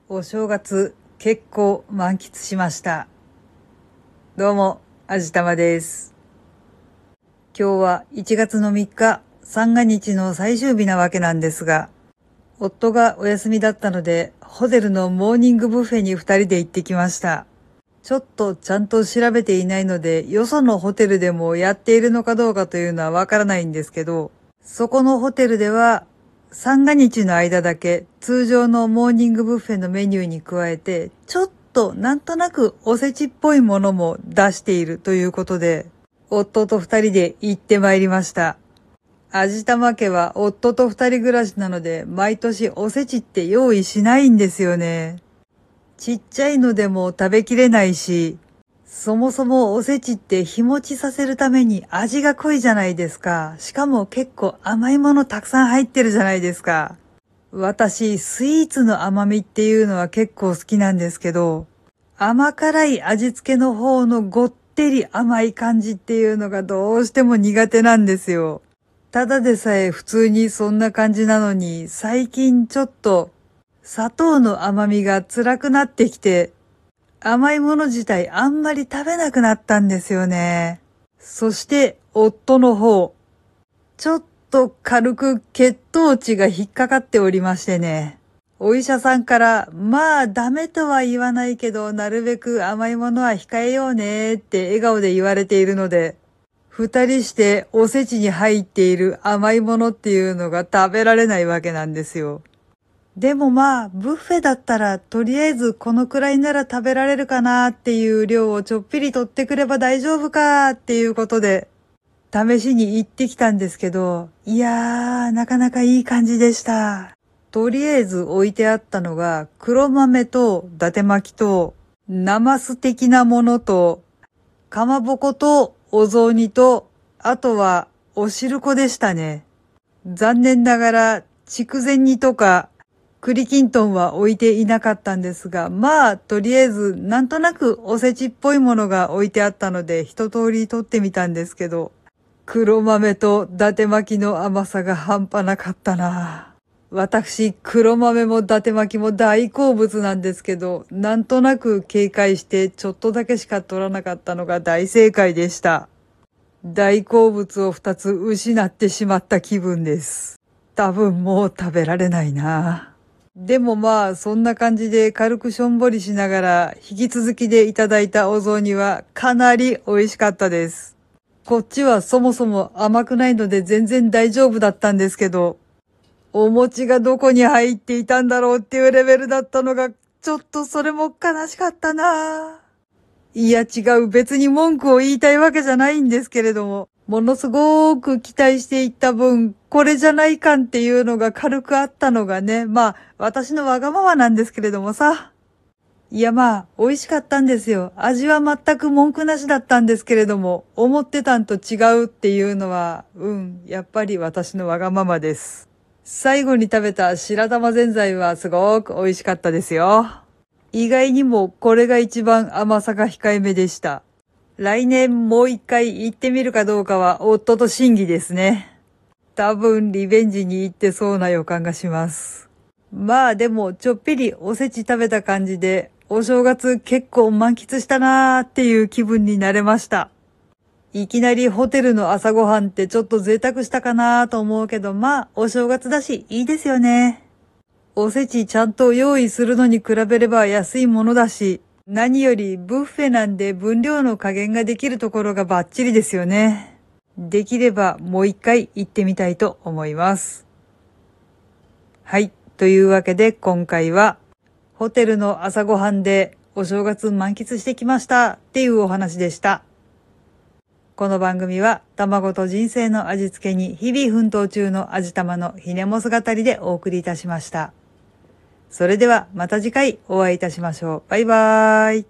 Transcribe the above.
お正月結構満喫しました。どうも、あじたまです。今日は1月の3日、三が日の最終日なわけなんですが、夫がお休みだったので、ホテルのモーニングブッフェに2人で行ってきました。ちょっとちゃんと調べていないので、よそのホテルでもやっているのかどうかというのはわからないんですけど、そこのホテルでは、三が日の間だけ通常のモーニングブッフェのメニューに加えて、ちょっとなんとなくおせちっぽいものも出しているということで、夫と二人で行ってまいりました。味玉家は夫と二人暮らしなので、毎年おせちって用意しないんですよね。ちっちゃいのでも食べきれないし、そもそもおせちって日持ちさせるために味が濃いじゃないですか。しかも結構甘いものたくさん入ってるじゃないですか。私、スイーツの甘みっていうのは結構好きなんですけど、甘辛い味付けの方のごってり甘い感じっていうのがどうしても苦手なんですよ。ただでさえ普通にそんな感じなのに、最近ちょっと砂糖の甘みが辛くなってきて、甘いもの自体あんまり食べなくなったんですよね。そして夫の方、ちょっと軽く血糖値が引っかかっておりましてね。お医者さんから、まあダメとは言わないけど、なるべく甘いものは控えようねって笑顔で言われているので、二人しておせちに入っている甘いものっていうのが食べられないわけなんですよ。でもまあ、ブッフェだったら、とりあえずこのくらいなら食べられるかなっていう量をちょっぴり取ってくれば大丈夫かっていうことで、試しに行ってきたんですけど、いやー、なかなかいい感じでした。とりあえず置いてあったのが、黒豆と伊達巻きと、ナマス的なものと、かまぼことお雑煮と、あとはお汁粉でしたね。残念ながら、筑前煮とか、栗きんとんは置いていなかったんですが、まあ、とりあえず、なんとなくおせちっぽいものが置いてあったので、一通り取ってみたんですけど、黒豆と伊達巻きの甘さが半端なかったな。私、黒豆も伊達巻きも大好物なんですけど、なんとなく警戒してちょっとだけしか取らなかったのが大正解でした。大好物を二つ失ってしまった気分です。多分もう食べられないな。でもまあ、そんな感じで軽くしょんぼりしながら、引き続きでいただいたお雑煮はかなり美味しかったです。こっちはそもそも甘くないので全然大丈夫だったんですけど、お餅がどこに入っていたんだろうっていうレベルだったのが、ちょっとそれも悲しかったな。いや違う、別に文句を言いたいわけじゃないんですけれども、ものすごく期待していった分、これじゃない感っていうのが軽くあったのがね、まあ、私のわがままなんですけれどもさ。いやまあ、美味しかったんですよ。味は全く文句なしだったんですけれども、思ってたんと違うっていうのは、やっぱり私のわがままです。最後に食べた白玉ぜんざいはすごく美味しかったですよ。意外にもこれが一番甘さが控えめでした。来年もう一回行ってみるかどうかは夫と審議ですね。多分リベンジに行ってそうな予感がします。まあでもちょっぴりおせち食べた感じでお正月結構満喫したなーっていう気分になれました。いきなりホテルの朝ごはんってちょっと贅沢したかなーと思うけど、まあお正月だしいいですよね。おせちちゃんと用意するのに比べれば安いものだし、何よりブッフェなんで分量の加減ができるところがバッチリですよね。できればもう一回行ってみたいと思います。はい。というわけで今回はホテルの朝ごはんでお正月満喫してきましたっていうお話でした。この番組は卵と人生の味付けに日々奮闘中の味玉のひねもす語りでお送りいたしました。それではまた次回お会いいたしましょう。バイバーイ。